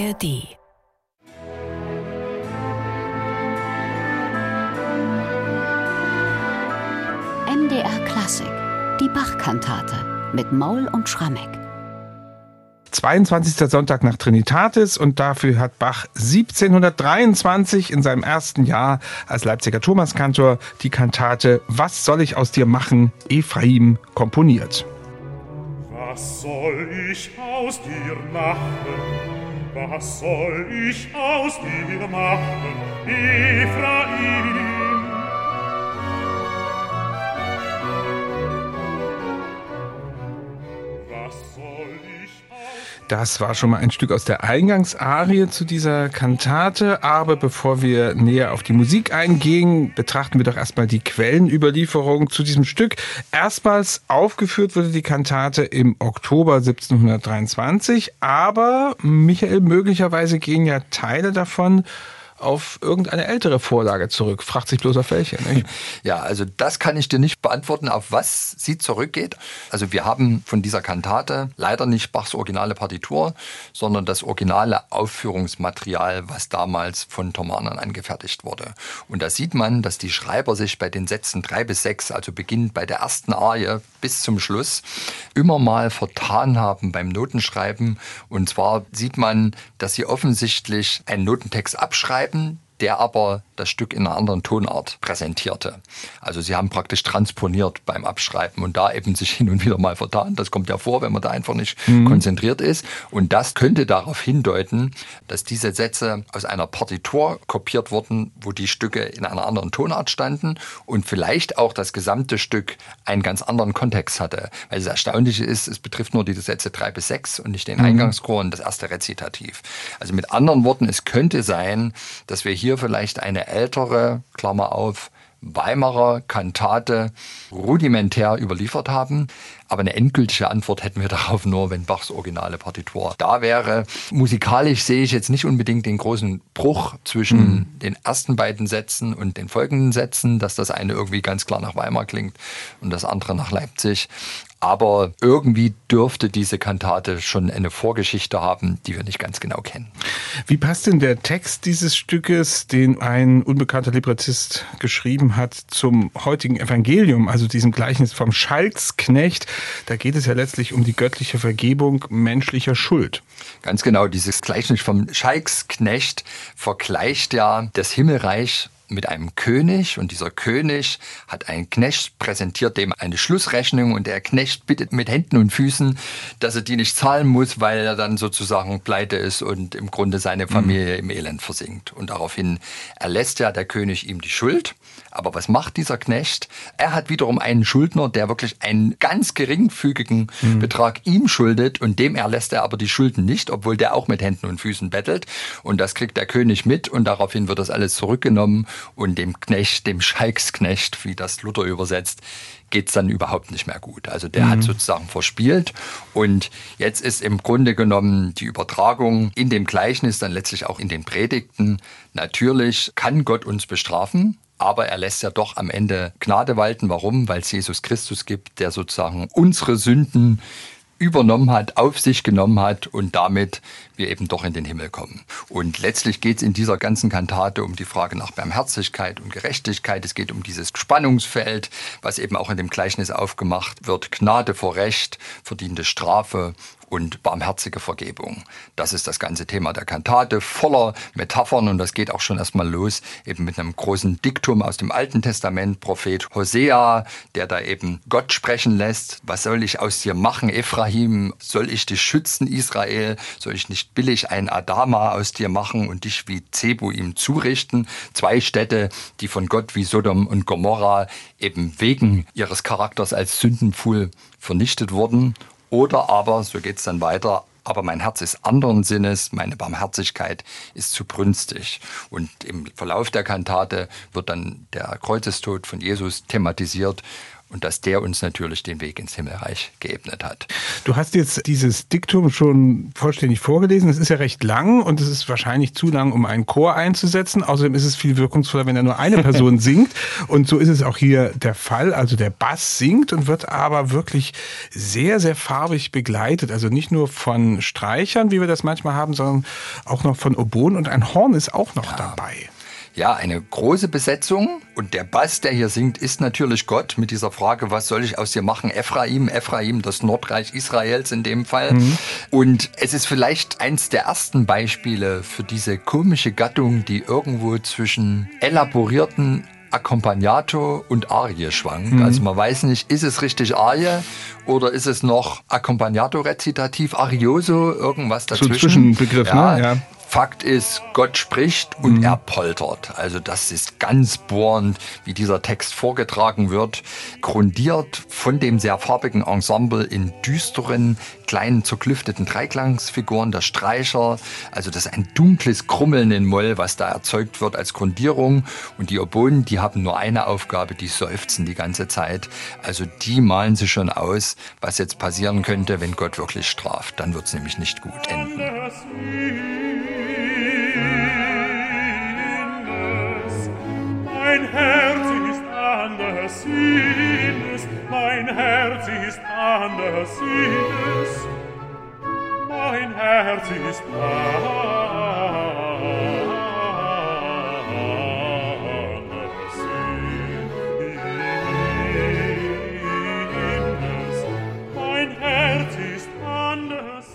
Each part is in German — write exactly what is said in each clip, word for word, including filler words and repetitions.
R D. M D R Klassik, die Bach-Kantate mit Maul und Schrammeck. zweiundzwanzigster Sonntag nach Trinitatis, und dafür hat Bach siebzehnhundertdreiundzwanzig in seinem ersten Jahr als Leipziger Thomaskantor die Kantate Was soll ich aus dir machen, Ephraim, komponiert. Was soll ich aus dir machen? Was soll ich aus dir machen, Ephraim? Was soll ich aus... Das war schon mal ein Stück aus der Eingangsarie zu dieser Kantate. Aber bevor wir näher auf die Musik eingehen, betrachten wir doch erstmal die Quellenüberlieferung zu diesem Stück. Erstmals aufgeführt wurde die Kantate im Oktober siebzehnhundertdreiundzwanzig. Aber, Michael, möglicherweise gehen ja Teile davon auf irgendeine ältere Vorlage zurück. Fragt sich bloß auf welche, nicht? Ja, also das kann ich dir nicht beantworten, auf was sie zurückgeht. Also wir haben von dieser Kantate leider nicht Bachs originale Partitur, sondern das originale Aufführungsmaterial, was damals von Thomanern angefertigt wurde. Und da sieht man, dass die Schreiber sich bei den Sätzen drei bis sechs, also beginnend bei der ersten Arie bis zum Schluss, immer mal vertan haben beim Notenschreiben. Und zwar sieht man, dass sie offensichtlich einen Notentext abschreiben, der aber das Stück in einer anderen Tonart präsentierte. Also sie haben praktisch transponiert beim Abschreiben und da eben sich hin und wieder mal vertan. Das kommt ja vor, wenn man da einfach nicht mhm. konzentriert ist. Und das könnte darauf hindeuten, dass diese Sätze aus einer Partitur kopiert wurden, wo die Stücke in einer anderen Tonart standen und vielleicht auch das gesamte Stück einen ganz anderen Kontext hatte. Weil das Erstaunliche ist, es betrifft nur die Sätze drei bis sechs und nicht den mhm. Eingangschor und das erste Rezitativ. Also mit anderen Worten, es könnte sein, dass wir hier vielleicht eine ältere, Klammer auf, Weimarer Kantate rudimentär überliefert haben. Aber eine endgültige Antwort hätten wir darauf nur, wenn Bachs originale Partitur da wäre. Musikalisch sehe ich jetzt nicht unbedingt den großen Bruch zwischen mhm. den ersten beiden Sätzen und den folgenden Sätzen, dass das eine irgendwie ganz klar nach Weimar klingt und das andere nach Leipzig. Aber irgendwie dürfte diese Kantate schon eine Vorgeschichte haben, die wir nicht ganz genau kennen. Wie passt denn der Text dieses Stückes, den ein unbekannter Librettist geschrieben hat, zum heutigen Evangelium, also diesem Gleichnis vom Schalksknecht? Da geht es ja letztlich um die göttliche Vergebung menschlicher Schuld. Ganz genau, dieses Gleichnis vom Schalksknecht vergleicht ja das Himmelreich mit einem König, und dieser König hat einen Knecht präsentiert, dem eine Schlussrechnung, und der Knecht bittet mit Händen und Füßen, dass er die nicht zahlen muss, weil er dann sozusagen pleite ist und im Grunde seine Familie mhm. im Elend versinkt. Und daraufhin erlässt ja der König ihm die Schuld. Aber was macht dieser Knecht? Er hat wiederum einen Schuldner, der wirklich einen ganz geringfügigen mhm. Betrag ihm schuldet, und dem erlässt er aber die Schulden nicht, obwohl der auch mit Händen und Füßen bettelt. Und das kriegt der König mit, und daraufhin wird das alles zurückgenommen, und dem Knecht, dem Schalksknecht, wie das Luther übersetzt, geht's dann überhaupt nicht mehr gut. Also der mhm. hat sozusagen verspielt, und jetzt ist im Grunde genommen die Übertragung in dem Gleichnis, dann letztlich auch in den Predigten: Natürlich kann Gott uns bestrafen, aber er lässt ja doch am Ende Gnade walten. Warum? Weil es Jesus Christus gibt, der sozusagen unsere Sünden übernommen hat, auf sich genommen hat, und damit wir eben doch in den Himmel kommen. Und letztlich geht es in dieser ganzen Kantate um die Frage nach Barmherzigkeit und Gerechtigkeit. Es geht um dieses Spannungsfeld, was eben auch in dem Gleichnis aufgemacht wird: Gnade vor Recht, verdiente Strafe und barmherzige Vergebung. Das ist das ganze Thema der Kantate, voller Metaphern, und das geht auch schon erstmal los, eben mit einem großen Diktum aus dem Alten Testament, Prophet Hosea, der da eben Gott sprechen lässt: Was soll ich aus dir machen, Ephraim? Soll ich dich schützen, Israel? Soll ich nicht billig ein Adama aus dir machen und dich wie Zeboim zurichten? Zwei Städte, die von Gott wie Sodom und Gomorra eben wegen ihres Charakters als Sündenpfuhl vernichtet wurden. Oder aber, so geht es dann weiter: Aber mein Herz ist anderen Sinnes, meine Barmherzigkeit ist zu brünstig. Und im Verlauf der Kantate wird dann der Kreuzestod von Jesus thematisiert. und dass der uns natürlich den Weg ins Himmelreich geebnet hat. Du hast jetzt dieses Diktum schon vollständig vorgelesen. Es ist ja recht lang und es ist wahrscheinlich zu lang, um einen Chor einzusetzen. Außerdem ist es viel wirkungsvoller, wenn da nur eine Person singt. Und so ist es auch hier der Fall. Also der Bass singt und wird aber wirklich sehr, sehr farbig begleitet. Also nicht nur von Streichern, wie wir das manchmal haben, sondern auch noch von Oboen, und ein Horn ist auch noch ja. dabei. Ja, eine große Besetzung, und der Bass, der hier singt, ist natürlich Gott mit dieser Frage, was soll ich aus dir machen? Ephraim, Ephraim, das Nordreich Israels in dem Fall. Mhm. Und es ist vielleicht eins der ersten Beispiele für diese komische Gattung, die irgendwo zwischen elaborierten Accompagnato und Arie schwankt. Mhm. Also man weiß nicht, ist es richtig Arie oder ist es noch Accompagnato-Rezitativ, Arioso, irgendwas dazwischen. So Zwischenbegriff, ja. ne? Ja. Fakt ist, Gott spricht und mhm. er poltert. Also das ist ganz bohrend, wie dieser Text vorgetragen wird, grundiert von dem sehr farbigen Ensemble in düsteren, kleinen, zerklüfteten Dreiklangsfiguren der Streicher. Also das ist ein dunkles Krummeln in Moll, was da erzeugt wird als Grundierung. Und die Oboen, die haben nur eine Aufgabe, die seufzen die ganze Zeit. Also die malen sich schon aus, was jetzt passieren könnte, wenn Gott wirklich straft. Dann wird es nämlich nicht gut enden. Mein Herz ist an der Sinnes, mein Herz ist an der Sinnes, mein Herz ist an der Sinnes, mein Herz ist an der Sinnes.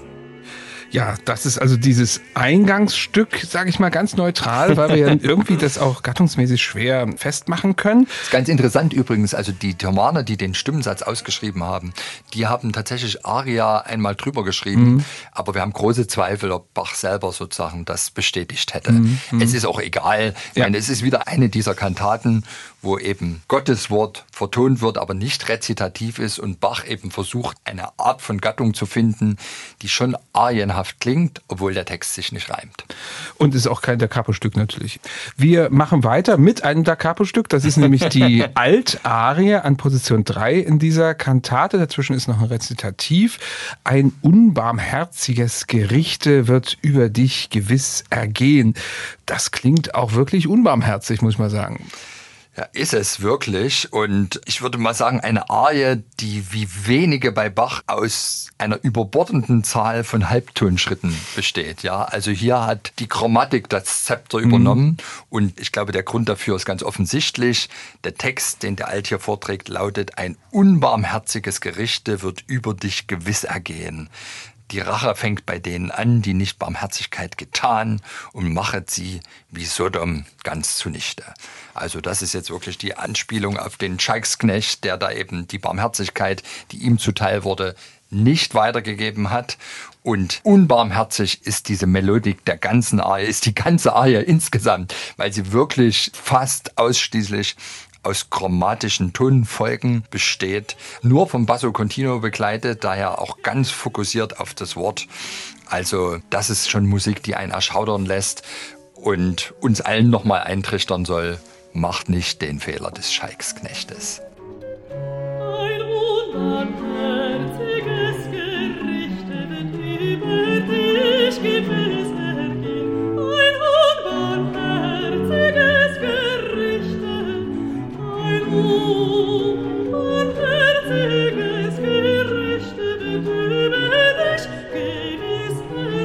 Ja, das ist also dieses Eingangsstück, sage ich mal ganz neutral, weil wir ja irgendwie das auch gattungsmäßig schwer festmachen können. Das ist ganz interessant übrigens, also die Thomaner, die den Stimmensatz ausgeschrieben haben, die haben tatsächlich Aria einmal drüber geschrieben, mhm. aber wir haben große Zweifel, ob Bach selber sozusagen das bestätigt hätte. Mhm. Es ist auch egal, ich ja. meine, es ist wieder eine dieser Kantaten, wo eben Gottes Wort vertont wird, aber nicht rezitativ ist und Bach eben versucht, eine Art von Gattung zu finden, die schon arienhaft klingt, obwohl der Text sich nicht reimt. Und ist auch kein Da Capo-Stück natürlich. Wir machen weiter mit einem Da Capo-Stück, das ist nämlich die Altarie an Position drei in dieser Kantate. Dazwischen ist noch ein Rezitativ. Ein unbarmherziges Gerichte wird über dich gewiss ergehen. Das klingt auch wirklich unbarmherzig, muss man sagen. Ja, ist es wirklich. Und ich würde mal sagen, eine Arie, die wie wenige bei Bach aus einer überbordenden Zahl von Halbtonschritten besteht. Ja, also hier hat die Chromatik das Zepter mhm. übernommen. Und ich glaube, der Grund dafür ist ganz offensichtlich. Der Text, den der Alt hier vorträgt, lautet: Ein unbarmherziges Gerichte wird über dich gewiss ergehen. Die Rache fängt bei denen an, die nicht Barmherzigkeit getan, und machet sie wie Sodom ganz zunichte. Also das ist jetzt wirklich die Anspielung auf den Scheiksknecht, der da eben die Barmherzigkeit, die ihm zuteil wurde, nicht weitergegeben hat. Und unbarmherzig ist diese Melodik der ganzen Arie, ist die ganze Arie insgesamt, weil sie wirklich fast ausschließlich aus chromatischen Tonfolgen besteht, nur vom Basso Continuo begleitet, daher auch ganz fokussiert auf das Wort. Also das ist schon Musik, die einen erschaudern lässt und uns allen nochmal eintrichtern soll: Macht nicht den Fehler des Scheiksknechtes. Ein unbarmherziges Gericht wird über dich gewiss ergehen. Ein unbarmherziges Gericht, ein unbarmherziges Gericht wird über dich gewiss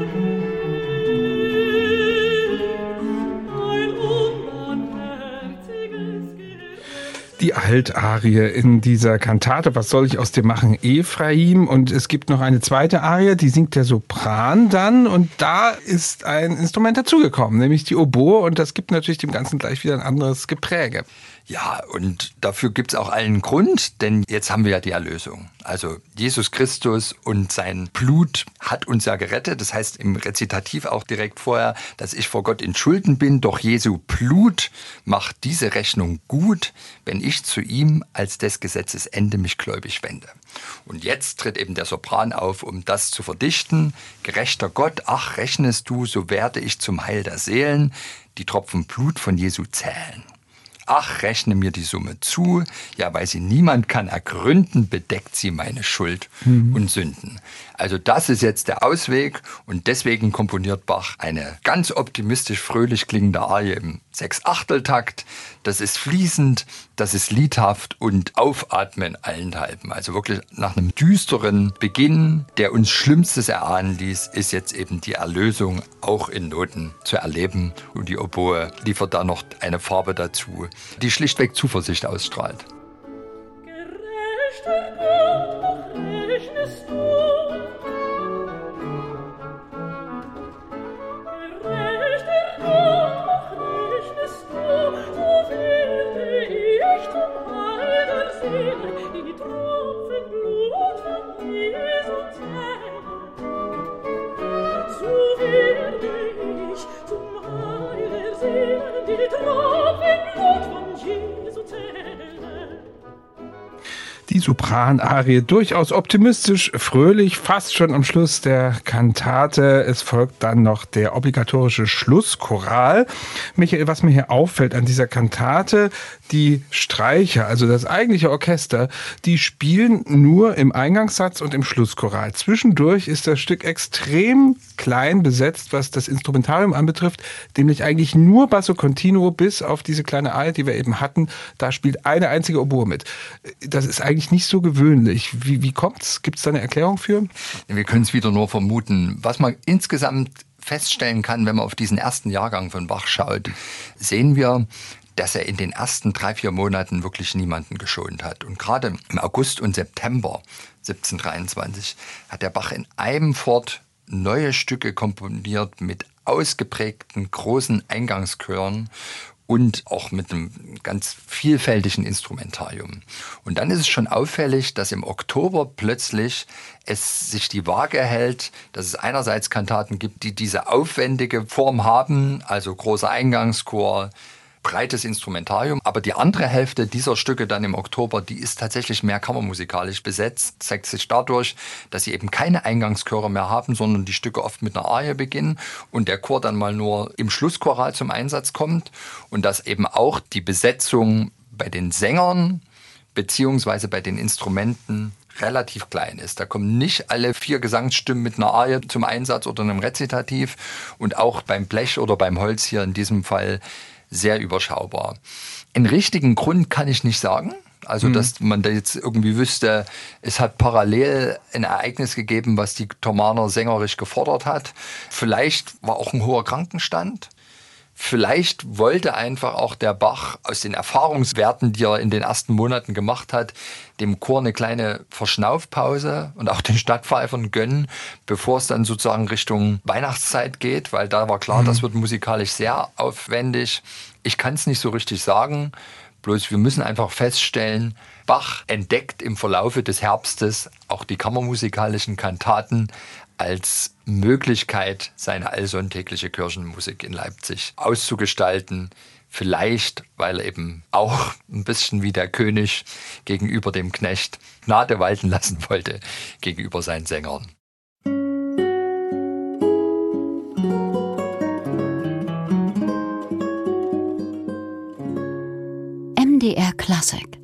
ergehen. Ein unbarmherziges Gericht. Die Altarie in dieser Kantate, was soll ich aus dir machen, Ephraim? Und es gibt noch eine zweite Arie, die singt der Sopran dann, und da ist ein Instrument dazugekommen, nämlich die Oboe, und das gibt natürlich dem Ganzen gleich wieder ein anderes Gepräge. Ja, und dafür gibt's auch allen Grund, denn jetzt haben wir ja die Erlösung. Also Jesus Christus und sein Blut hat uns ja gerettet. Das heißt im Rezitativ auch direkt vorher, dass ich vor Gott in Schulden bin. Doch Jesu Blut macht diese Rechnung gut, wenn ich zu ihm als des Gesetzes Ende mich gläubig wende. Und jetzt tritt eben der Sopran auf, um das zu verdichten. Gerechter Gott, ach, rechnest du, so werde ich zum Heil der Seelen die Tropfen Blut von Jesu zählen. Ach, rechne mir die Summe zu, ja, weil sie niemand kann ergründen, bedeckt sie meine Schuld mhm. und Sünden. Also das ist jetzt der Ausweg und deswegen komponiert Bach eine ganz optimistisch fröhlich klingende Arie im Sechsachteltakt. Das ist fließend, das ist liedhaft und aufatmen allenthalben. Also wirklich nach einem düsteren Beginn, der uns Schlimmstes erahnen ließ, ist jetzt eben die Erlösung auch in Noten zu erleben. Und die Oboe liefert da noch eine Farbe dazu, die schlichtweg Zuversicht ausstrahlt. Gerechter Gott, doch rechnest du. Gerechter Gott, doch rechnest du. So werde ich zum Heil der Seele die Tropfen Blut von Jesu zählen. So werde ich zum Heil der Seele die Tropfen Blut von Jesu zählen. Die Sopranarie durchaus optimistisch, fröhlich, fast schon am Schluss der Kantate. Es folgt dann noch der obligatorische Schlusschoral. Michael, was mir hier auffällt an dieser Kantate, die Streicher, also das eigentliche Orchester, die spielen nur im Eingangssatz und im Schlusschoral. Zwischendurch ist das Stück extrem klein besetzt, was das Instrumentarium anbetrifft, nämlich eigentlich nur Basso Continuo bis auf diese kleine Arie, die wir eben hatten. Da spielt eine einzige Oboe mit. Das ist eigentlich nicht so gewöhnlich. Wie, wie kommt's? Gibt es da eine Erklärung für? Wir können es wieder nur vermuten. Was man insgesamt feststellen kann, wenn man auf diesen ersten Jahrgang von Bach schaut, sehen wir, dass er in den ersten drei, vier Monaten wirklich niemanden geschont hat. Und gerade im August und September siebzehnhundertdreiundzwanzig hat der Bach in einem Fort neue Stücke komponiert mit ausgeprägten großen Eingangschören und auch mit einem ganz vielfältigen Instrumentarium. Und dann ist es schon auffällig, dass im Oktober plötzlich es sich die Waage hält, dass es einerseits Kantaten gibt, die diese aufwendige Form haben, also großer Eingangschor, breites Instrumentarium, aber die andere Hälfte dieser Stücke dann im Oktober, die ist tatsächlich mehr kammermusikalisch besetzt, zeigt sich dadurch, dass sie eben keine Eingangschöre mehr haben, sondern die Stücke oft mit einer Arie beginnen und der Chor dann mal nur im Schlusschoral zum Einsatz kommt und dass eben auch die Besetzung bei den Sängern beziehungsweise bei den Instrumenten relativ klein ist. Da kommen nicht alle vier Gesangsstimmen mit einer Arie zum Einsatz oder einem Rezitativ und auch beim Blech oder beim Holz hier in diesem Fall sehr überschaubar. Einen richtigen Grund kann ich nicht sagen. Also, mhm. dass man da jetzt irgendwie wüsste, es hat parallel ein Ereignis gegeben, was die Thomaner sängerisch gefordert hat. Vielleicht war auch ein hoher Krankenstand. Vielleicht wollte einfach auch der Bach aus den Erfahrungswerten, die er in den ersten Monaten gemacht hat, dem Chor eine kleine Verschnaufpause und auch den Stadtpfeifern gönnen, bevor es dann sozusagen Richtung Weihnachtszeit geht, weil da war klar, mhm. das wird musikalisch sehr aufwendig. Ich kann es nicht so richtig sagen, bloß wir müssen einfach feststellen, Bach entdeckt im Verlaufe des Herbstes auch die kammermusikalischen Kantaten als Möglichkeit, seine allsonntägliche Kirchenmusik in Leipzig auszugestalten. Vielleicht, weil er eben auch ein bisschen wie der König gegenüber dem Knecht Gnade walten lassen wollte gegenüber seinen Sängern. M D R Klassik